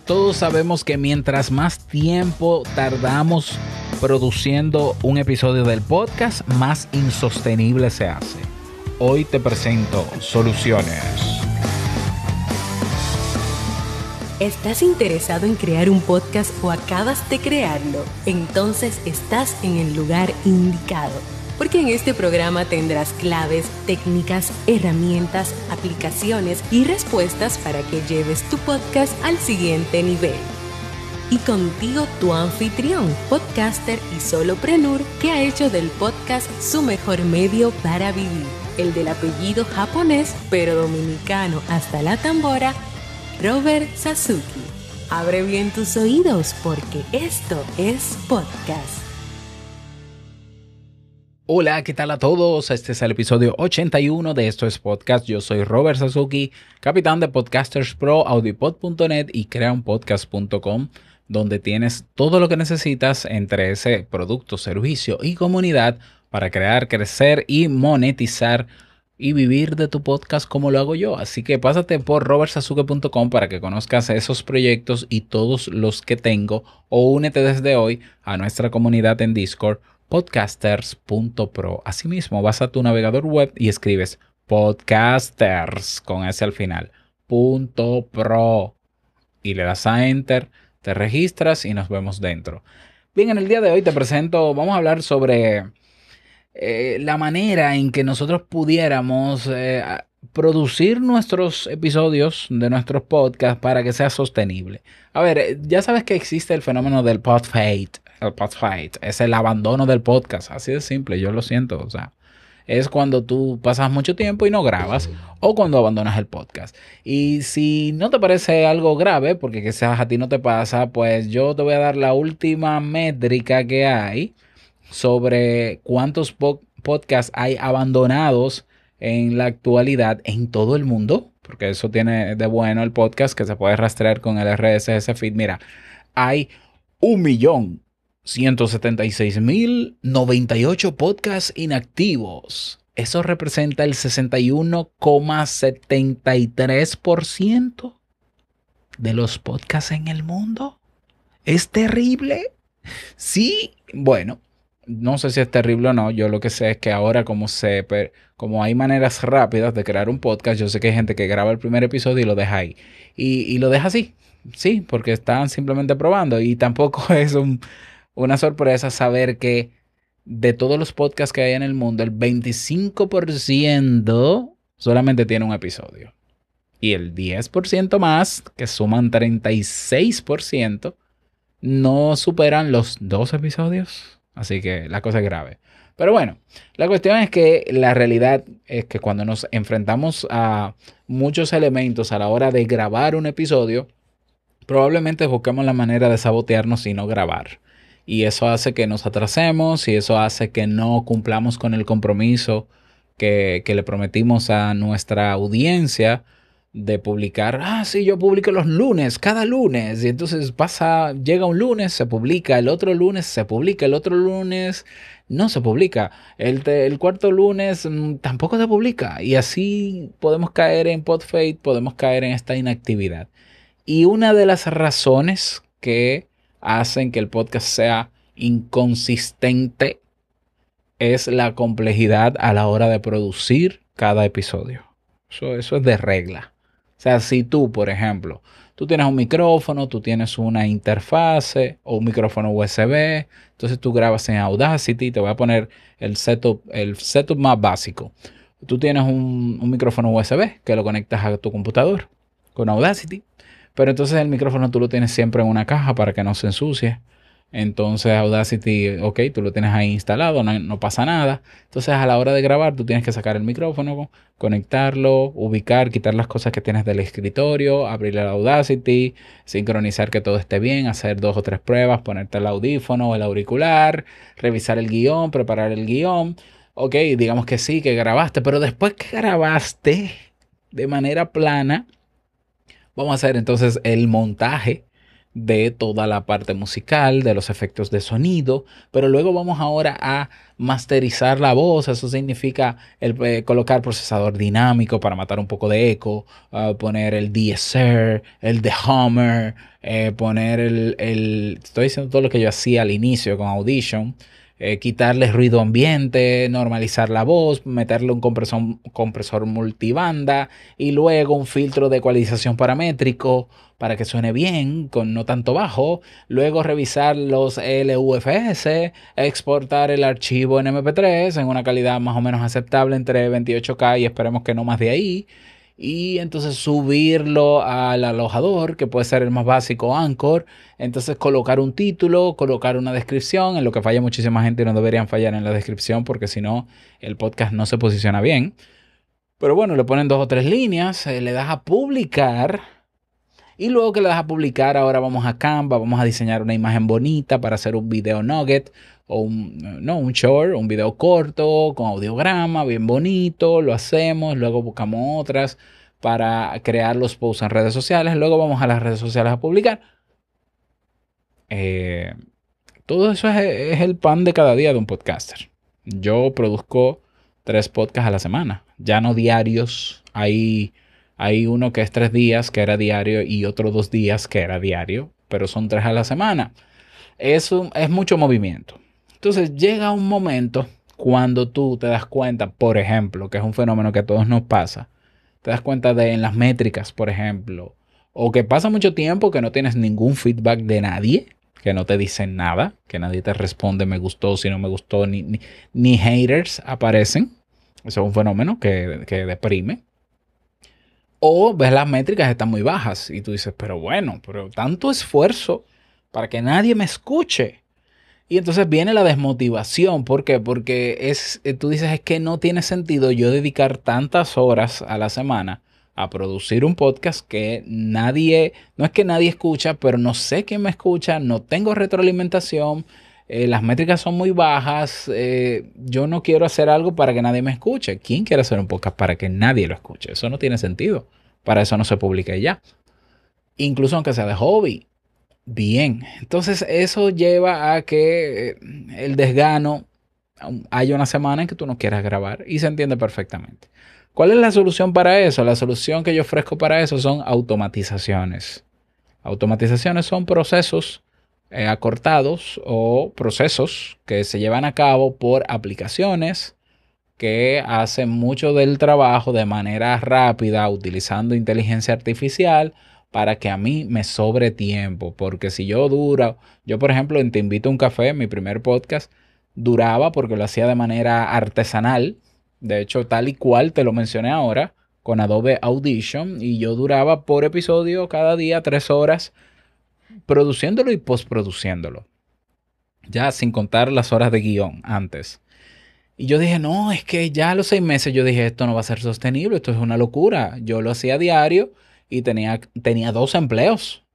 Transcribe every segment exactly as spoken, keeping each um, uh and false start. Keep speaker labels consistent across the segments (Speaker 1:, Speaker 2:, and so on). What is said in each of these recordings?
Speaker 1: Todos sabemos que mientras más tiempo tardamos produciendo un episodio del podcast, más insostenible se hace. Hoy te presento soluciones.
Speaker 2: ¿Estás interesado en crear un podcast o acabas de crearlo? Entonces estás en el lugar indicado, porque en este programa tendrás claves, técnicas, herramientas, aplicaciones y respuestas para que lleves tu podcast al siguiente nivel. Y contigo tu anfitrión, podcaster y solopreneur que ha hecho del podcast su mejor medio para vivir, el del apellido japonés pero dominicano hasta la tambora, Robert Sasuki. Abre bien tus oídos porque esto es podcast.
Speaker 1: Hola, ¿qué tal a todos? Este es el episodio ochenta y uno de Esto es Podcast. Yo soy Robert Sasuki, capitán de Podcasters Pro, Audipod punto net y crea un podcast punto com, donde tienes todo lo que necesitas entre ese producto, servicio y comunidad para crear, crecer y monetizar y vivir de tu podcast como lo hago yo. Así que pásate por robert sasuke punto com para que conozcas esos proyectos y todos los que tengo, o únete desde hoy a nuestra comunidad en Discord, podcasters punto pro. Asimismo, vas a tu navegador web y escribes podcasters con ese al final, punto pro, y le das a enter, te registras y nos vemos dentro. Bien, en el día de hoy te presento, vamos a hablar sobre eh, la manera en que nosotros pudiéramos eh, producir nuestros episodios de nuestros podcasts para que sea sostenible. A ver, ya sabes que existe el fenómeno del pod fade. El pod fade es el abandono del podcast, así de simple, yo lo siento, o sea, es cuando tú pasas mucho tiempo y no grabas, o cuando abandonas el podcast. Y si no te parece algo grave, porque quizás a ti no te pasa, pues yo te voy a dar la última métrica que hay sobre cuántos po- podcasts hay abandonados en la actualidad en todo el mundo, porque eso tiene de bueno el podcast, que se puede rastrear con el R S S Feed. Mira, hay un millón ciento setenta y seis mil noventa y ocho podcasts inactivos. Eso representa el sesenta y uno coma setenta y tres por ciento de los podcasts en el mundo. ¿Es terrible? Sí, bueno, no sé si es terrible o no. Yo lo que sé es que ahora como se, como hay maneras rápidas de crear un podcast, yo sé que hay gente que graba el primer episodio y lo deja ahí. Y, y lo deja así. Sí, porque están simplemente probando. Y tampoco es un, una sorpresa saber que de todos los podcasts que hay en el mundo, el veinticinco por ciento solamente tiene un episodio. Y el diez por ciento más, que suman treinta y seis por ciento, no superan los dos episodios. Así que la cosa es grave. Pero bueno, la cuestión es que la realidad es que cuando nos enfrentamos a muchos elementos a la hora de grabar un episodio, probablemente busquemos la manera de sabotearnos y no grabar. Y eso hace que nos atrasemos y eso hace que no cumplamos con el compromiso que, que le prometimos a nuestra audiencia de publicar. Ah, sí, yo publico los lunes, cada lunes. Y entonces pasa, llega un lunes, se publica, el otro lunes se publica, el otro lunes no se publica, el, te, el cuarto lunes mmm, tampoco se publica. Y así podemos caer en pod fade, podemos caer en esta inactividad. Y una de las razones que hacen que el podcast sea inconsistente es la complejidad a la hora de producir cada episodio. Eso, eso es de regla. O sea, si tú, por ejemplo, tú tienes un micrófono, tú tienes una interfase o un micrófono U S B, entonces tú grabas en Audacity, te voy a poner el setup, el setup más básico. Tú tienes un, un micrófono U S B que lo conectas a tu computador con Audacity, pero entonces el micrófono tú lo tienes siempre en una caja para que no se ensucie. Entonces Audacity, ok, tú lo tienes ahí instalado, no, no pasa nada. Entonces a la hora de grabar tú tienes que sacar el micrófono, conectarlo, ubicar, quitar las cosas que tienes del escritorio, abrir el Audacity, sincronizar que todo esté bien, hacer dos o tres pruebas, ponerte el audífono o el auricular, revisar el guión, preparar el guión. Ok, digamos que sí, que grabaste, pero después que grabaste de manera plana, vamos a hacer entonces el montaje de toda la parte musical, de los efectos de sonido, pero luego vamos ahora a masterizar la voz. Eso significa el, eh, colocar procesador dinámico para matar un poco de eco, uh, poner el D S R, el dehummer, eh, poner el, el... Estoy diciendo todo lo que yo hacía al inicio con Audition. Eh, quitarle ruido ambiente, normalizar la voz, meterle un compresor, compresor multibanda y luego un filtro de ecualización paramétrico para que suene bien, con no tanto bajo. Luego revisar los L U F S, exportar el archivo en M P tres en una calidad más o menos aceptable entre veintiocho K y esperemos que no más de ahí. Y entonces subirlo al alojador, que puede ser el más básico, Anchor. Entonces colocar un título, colocar una descripción, en lo que falla muchísima gente y no deberían fallar en la descripción porque si no el podcast no se posiciona bien. Pero bueno, le ponen dos o tres líneas, eh, le das a publicar y luego que le das a publicar ahora vamos a Canva, vamos a diseñar una imagen bonita para hacer un video nugget o un, no, un short, un video corto con audiograma bien bonito, lo hacemos, luego buscamos otras para crear los posts en redes sociales, luego vamos a las redes sociales a publicar. Eh, todo eso es, es el pan de cada día de un podcaster. Yo produzco tres podcasts a la semana, ya no diarios. Hay, hay uno que es tres días, que era diario, y otro dos días, que era diario, pero son tres a la semana. Eso es mucho movimiento. Entonces llega un momento cuando tú te das cuenta, por ejemplo, que es un fenómeno que a todos nos pasa, te das cuenta de en las métricas, por ejemplo, o que pasa mucho tiempo que no tienes ningún feedback de nadie, que no te dicen nada, que nadie te responde me gustó, si no me gustó, ni, ni, ni haters aparecen. Eso es un fenómeno que, que deprime. O ves las métricas están muy bajas y tú dices, pero bueno, pero tanto esfuerzo para que nadie me escuche. Y entonces viene la desmotivación. ¿Por qué? Porque es, tú dices, es que no tiene sentido yo dedicar tantas horas a la semana a producir un podcast que nadie, no es que nadie escucha, pero no sé quién me escucha, no tengo retroalimentación, eh, las métricas son muy bajas, eh, yo no quiero hacer algo para que nadie me escuche. ¿Quién quiere hacer un podcast para que nadie lo escuche? Eso no tiene sentido. Para eso no se publica ya. Incluso aunque sea de hobby. Bien, entonces eso lleva a que eh, el desgano, haya una semana en que tú no quieras grabar y se entiende perfectamente. ¿Cuál es la solución para eso? La solución que yo ofrezco para eso son automatizaciones. Automatizaciones son procesos eh, acortados o procesos que se llevan a cabo por aplicaciones que hacen mucho del trabajo de manera rápida utilizando inteligencia artificial para que a mí me sobre tiempo. Porque si yo duro, yo por ejemplo en Te Invito a un Café, mi primer podcast, duraba porque lo hacía de manera artesanal. De hecho, tal y cual te lo mencioné ahora, con Adobe Audition. Y yo duraba por episodio cada día tres horas produciéndolo y postproduciéndolo. Ya sin contar las horas de guión antes. Y yo dije, no, es que ya a los seis meses yo dije, esto no va a ser sostenible, esto es una locura. Yo lo hacía a diario y tenía, tenía dos empleos.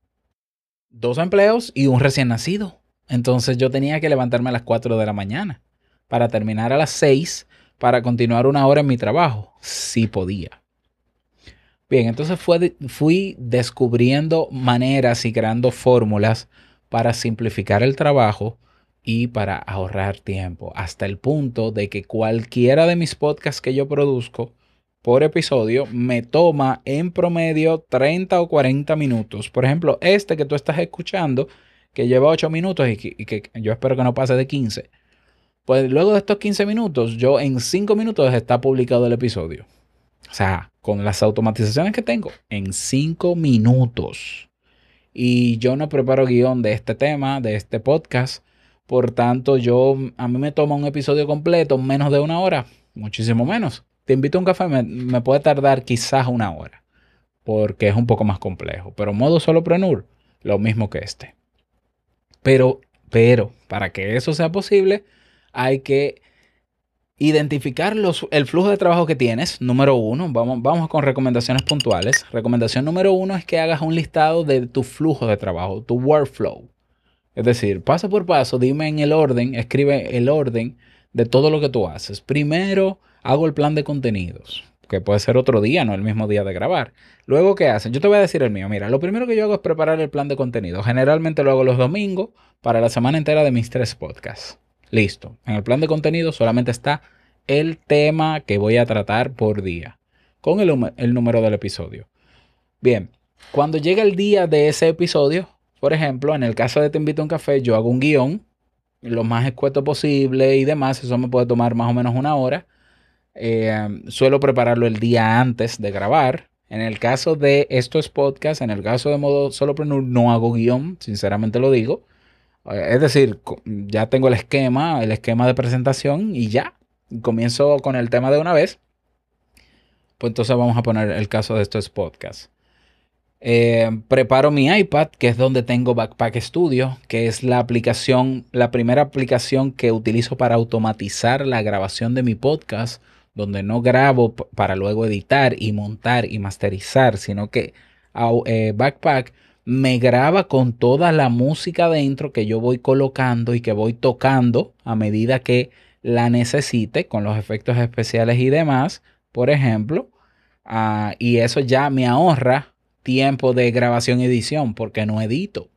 Speaker 1: Dos empleos y un recién nacido. Entonces yo tenía que levantarme a las cuatro de la mañana para terminar a las seis para continuar una hora en mi trabajo. Sí podía. Bien, entonces fue, fui descubriendo maneras y creando fórmulas para simplificar el trabajo y para ahorrar tiempo, hasta el punto de que cualquiera de mis podcasts que yo produzco por episodio me toma en promedio treinta o cuarenta minutos. Por ejemplo, este que tú estás escuchando, que lleva ocho minutos y que, y que yo espero que no pase de quince. Pues luego de estos quince minutos, yo en cinco minutos está publicado el episodio. O sea, con las automatizaciones que tengo, en cinco minutos. Y yo no preparo guión de este tema, de este podcast. Por tanto, yo, a mí me toma un episodio completo menos de una hora, muchísimo menos. Te Invito a un Café, me, me puede tardar quizás una hora, porque es un poco más complejo. Pero modo solopreneur, lo mismo que este. Pero, pero, para que eso sea posible, hay que identificar los, el flujo de trabajo que tienes. Número uno, vamos, vamos con recomendaciones puntuales. Recomendación número uno es que hagas un listado de tu flujo de trabajo, tu workflow. Es decir, paso por paso, dime en el orden, escribe el orden de todo lo que tú haces. Primero, hago el plan de contenidos. que puede ser otro día, no el mismo día de grabar. Luego, ¿qué hacen? Yo te voy a decir el mío. Mira, lo primero que yo hago es preparar el plan de contenido. Generalmente lo hago los domingos para la semana entera de mis tres podcasts. Listo. En el plan de contenido solamente está el tema que voy a tratar por día, con el, el número del episodio. Bien, cuando llega el día de ese episodio, por ejemplo, en el caso de Te Invito a un Café, yo hago un guión, lo más escueto posible y demás. Eso me puede tomar más o menos una hora. Eh, suelo prepararlo el día antes de grabar. En el caso de estos podcasts, en el caso de Modo Solopreneur, no hago guión, sinceramente lo digo. Eh, es decir, ya tengo el esquema, el esquema de presentación y ya. Comienzo con el tema de una vez. Pues entonces vamos a poner el caso de estos podcasts. Eh, preparo mi iPad, que es donde tengo Backpack Studio, que es la aplicación, la primera aplicación que utilizo para automatizar la grabación de mi podcast, donde no grabo p- para luego editar y montar y masterizar, sino que au- eh, Backpack me graba con toda la música dentro que yo voy colocando y que voy tocando a medida que la necesite, con los efectos especiales y demás, por ejemplo. Ah, y eso ya me ahorra tiempo de grabación y edición porque no edito.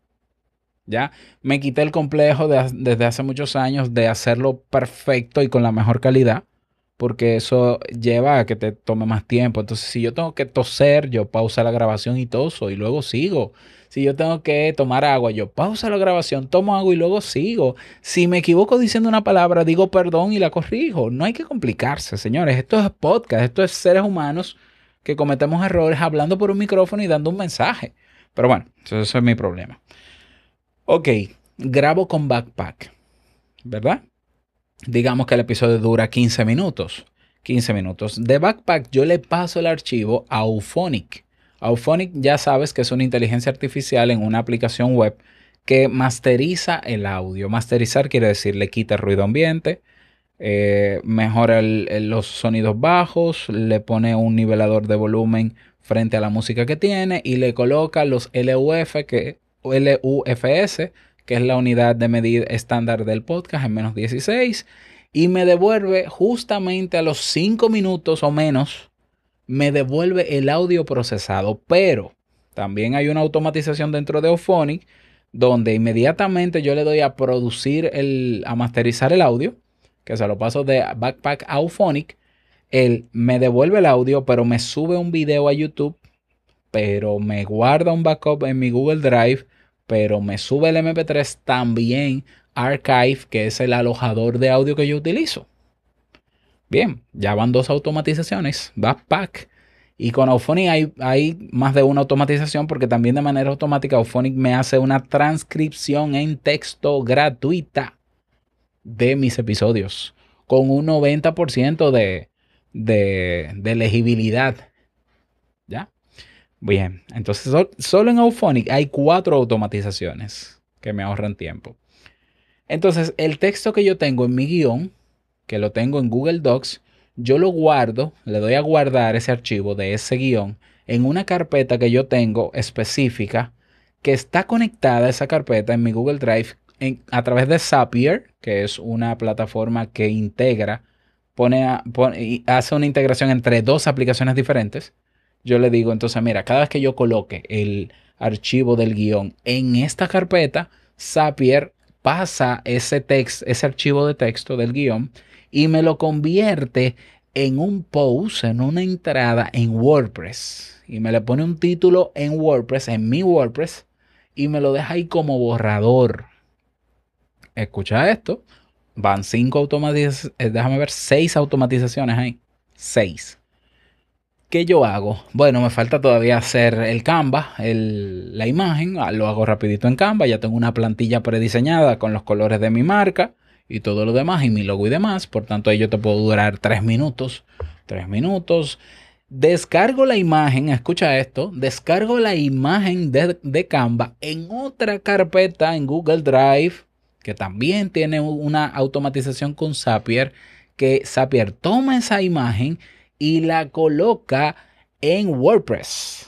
Speaker 1: Ya me quité el complejo de, desde hace muchos años de hacerlo perfecto y con la mejor calidad, porque eso lleva a que te tome más tiempo. Entonces, si yo tengo que toser, yo pausa la grabación y toso y luego sigo. Si yo tengo que tomar agua, yo pausa la grabación, tomo agua y luego sigo. Si me equivoco diciendo una palabra, digo perdón y la corrijo. No hay que complicarse, señores. Esto es podcast, esto es seres humanos que cometemos errores hablando por un micrófono y dando un mensaje. Pero bueno, eso, eso es mi problema. Ok, grabo con Backpack, ¿verdad? Digamos que el episodio dura quince minutos. quince minutos. De Backpack yo le paso el archivo a Auphonic. Auphonic ya sabes que es una inteligencia artificial en una aplicación web que masteriza el audio. Masterizar quiere decir le quita el ruido ambiente, eh, mejora el- el- los sonidos bajos, le pone un nivelador de volumen frente a la música que tiene y le coloca los L U F, que, L U F S, que es la unidad de medida estándar del podcast, en menos dieciséis, y me devuelve justamente a los cinco minutos o menos, me devuelve el audio procesado. Pero también hay una automatización dentro de Auphonic donde inmediatamente yo le doy a producir el, a masterizar el audio, que se lo paso de Backpack a Auphonic. Él me devuelve el audio, pero me sube un video a YouTube, pero me guarda un backup en mi Google Drive, pero me sube el M P tres también Archive, que es el alojador de audio que yo utilizo. Bien, ya van dos automatizaciones, Backpack. Y con Auphonic hay, hay más de una automatización porque también de manera automática Auphonic me hace una transcripción en texto gratuita de mis episodios con un noventa por ciento de, de, de legibilidad. ¿Ya? Bien, entonces sol- solo en Auphonic hay cuatro automatizaciones que me ahorran tiempo. Entonces, el texto que yo tengo en mi guión, que lo tengo en Google Docs, yo lo guardo, le doy a guardar ese archivo de ese guión en una carpeta que yo tengo específica que está conectada a esa carpeta en mi Google Drive en- a través de Zapier, que es una plataforma que integra, pone, a- pone- y hace una integración entre dos aplicaciones diferentes. Yo le digo, entonces, mira, cada vez que yo coloque el archivo del guión en esta carpeta, Zapier pasa ese text, ese archivo de texto del guión y me lo convierte en un post, en una entrada en WordPress. Y me le pone un título en WordPress, en mi WordPress, y me lo deja ahí como borrador. Escucha esto. Van cinco automatizaciones, déjame ver, seis automatizaciones ahí. Seis. ¿Qué yo hago? Bueno, me falta todavía hacer el Canva, el- la imagen. Ah, lo hago rapidito en Canva. Ya tengo una plantilla prediseñada con los colores de mi marca y todo lo demás y mi logo y demás. Por tanto, ahí yo te puedo durar tres minutos. Tres minutos. Descargo la imagen, escucha esto. Descargo la imagen de, de Canva en otra carpeta en Google Drive, que también tiene una automatización con Zapier, que Zapier toma esa imagen y la coloca en WordPress.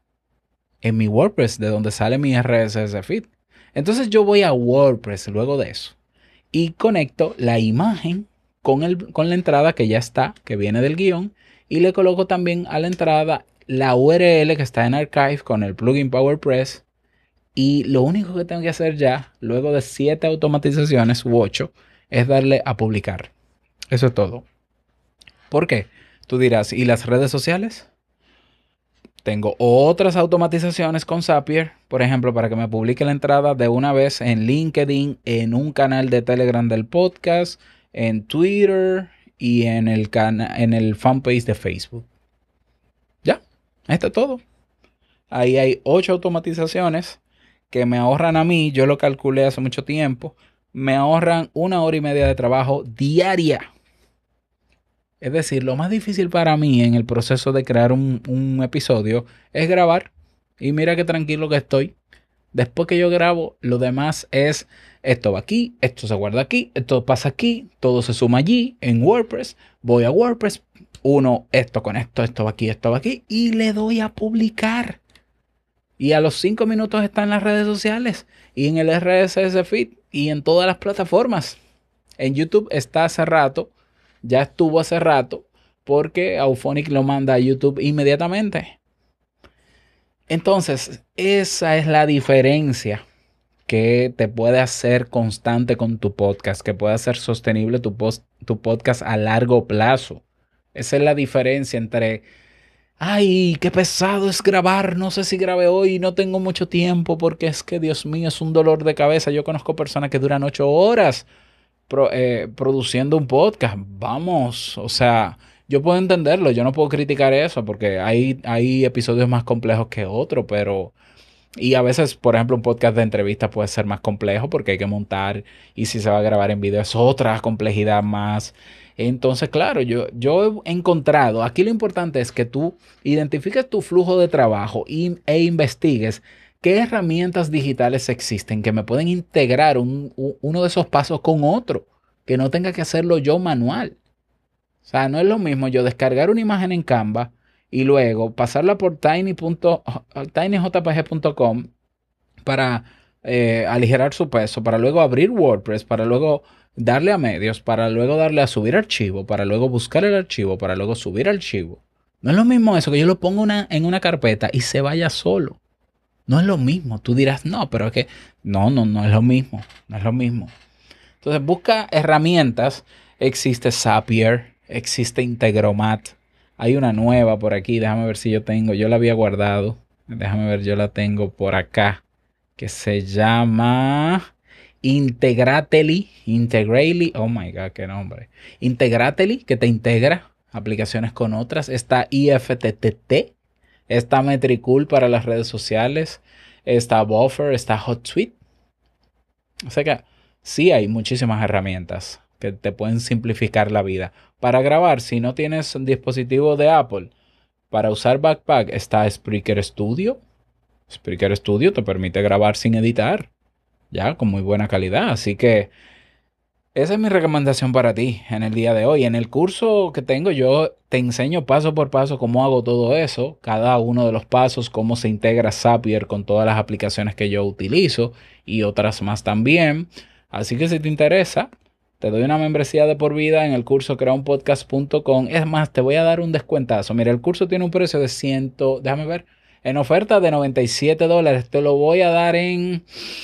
Speaker 1: En mi WordPress, de donde sale mi R S S feed. Entonces yo voy a WordPress luego de eso y conecto la imagen con, el, con la entrada que ya está, que viene del guión, Y le coloco también a la entrada la U R L que está en Archive con el plugin PowerPress. Y lo único que tengo que hacer ya, luego de siete automatizaciones u ocho, es darle a publicar. Eso es todo. ¿Por qué? Tú dirás, ¿y las redes sociales? Tengo otras automatizaciones con Zapier, por ejemplo, para que me publique la entrada de una vez en LinkedIn, en un canal de Telegram del podcast, en Twitter y en el, en el fanpage de Facebook. Ya, ahí está todo. Ahí hay ocho automatizaciones que me ahorran a mí, yo lo calculé hace mucho tiempo, me ahorran una hora y media de trabajo diaria. Es decir, lo más difícil para mí en el proceso de crear un, un episodio es grabar. Y mira qué tranquilo que estoy. Después que yo grabo, lo demás es, esto va aquí, esto se guarda aquí, esto pasa aquí, todo se suma allí en WordPress. Voy a WordPress, uno, esto con esto, esto va aquí, esto va aquí, y le doy a publicar. Y a los cinco minutos está en las redes sociales y en el R S S Feed y en todas las plataformas. En YouTube está hace rato. Ya estuvo hace rato porque Auphonic lo manda a YouTube inmediatamente. Entonces, esa es la diferencia que te puede hacer constante con tu podcast, que puede hacer sostenible tu, post, tu podcast a largo plazo. Esa es la diferencia entre, ay, qué pesado es grabar, no sé si grabé hoy, no tengo mucho tiempo porque es que, Dios mío, es un dolor de cabeza. Yo conozco personas que duran ocho horas Pro, eh, produciendo un podcast. Vamos, o sea, yo puedo entenderlo, yo no puedo criticar eso porque hay, hay episodios más complejos que otros, pero y a veces, por ejemplo, un podcast de entrevista puede ser más complejo porque hay que montar y si se va a grabar en video es otra complejidad más. Entonces, claro, yo, yo he encontrado, aquí lo importante es que tú identifiques tu flujo de trabajo y, e investigues ¿qué herramientas digitales existen que me pueden integrar un, un, uno de esos pasos con otro? Que no tenga que hacerlo yo manual. O sea, no es lo mismo yo descargar una imagen en Canva y luego pasarla por tiny j p g punto com para eh, aligerar su peso, para luego abrir WordPress, para luego darle a medios, para luego darle a subir archivo, para luego buscar el archivo, para luego subir archivo. No es lo mismo eso que yo lo pongo una, en una carpeta y se vaya solo. No es lo mismo. Tú dirás, no, pero es que no, no, no es lo mismo. No es lo mismo. Entonces busca herramientas. Existe Zapier, existe Integromat. Hay una nueva por aquí. Déjame ver si yo tengo. Yo la había guardado. Déjame ver, yo la tengo por acá. Que se llama Integrately. Integrately. Oh my God, qué nombre. Integrately, que te integra aplicaciones con otras. Está I F T T T. Está Metricool para las redes sociales. Está Buffer, está HotSuite. O sea que sí hay muchísimas herramientas que te pueden simplificar la vida. Para grabar, si no tienes un dispositivo de Apple, para usar Backpack está Spreaker Studio. Spreaker Studio te permite grabar sin editar, ya con muy buena calidad. Así que esa es mi recomendación para ti en el día de hoy. En el curso que tengo yo te enseño paso por paso cómo hago todo eso, cada uno de los pasos, cómo se integra Zapier con todas las aplicaciones que yo utilizo y otras más también. Así que si te interesa, te doy una membresía de por vida en el curso crea un podcast punto com. Es más, te voy a dar un descuentazo. Mira, el curso tiene un precio de cien, déjame ver, en oferta de noventa y siete dólares. Te lo voy a dar en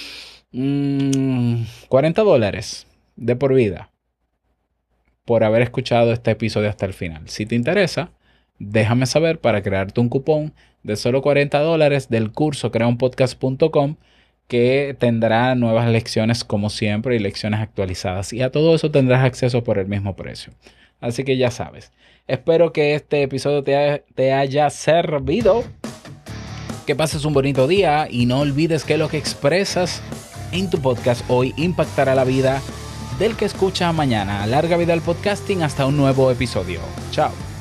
Speaker 1: mmm, cuarenta dólares. De por vida por haber escuchado este episodio hasta el final. Si te interesa, déjame saber para crearte un cupón de solo cuarenta dólares del curso crea un podcast punto com que tendrá nuevas lecciones como siempre y lecciones actualizadas y a todo eso tendrás acceso por el mismo precio. Así que ya sabes. Espero que este episodio te, ha, te haya servido. Que pases un bonito día y no olvides que lo que expresas en tu podcast hoy impactará la vida del que escucha mañana. Larga vida al podcasting, hasta un nuevo episodio. Chao.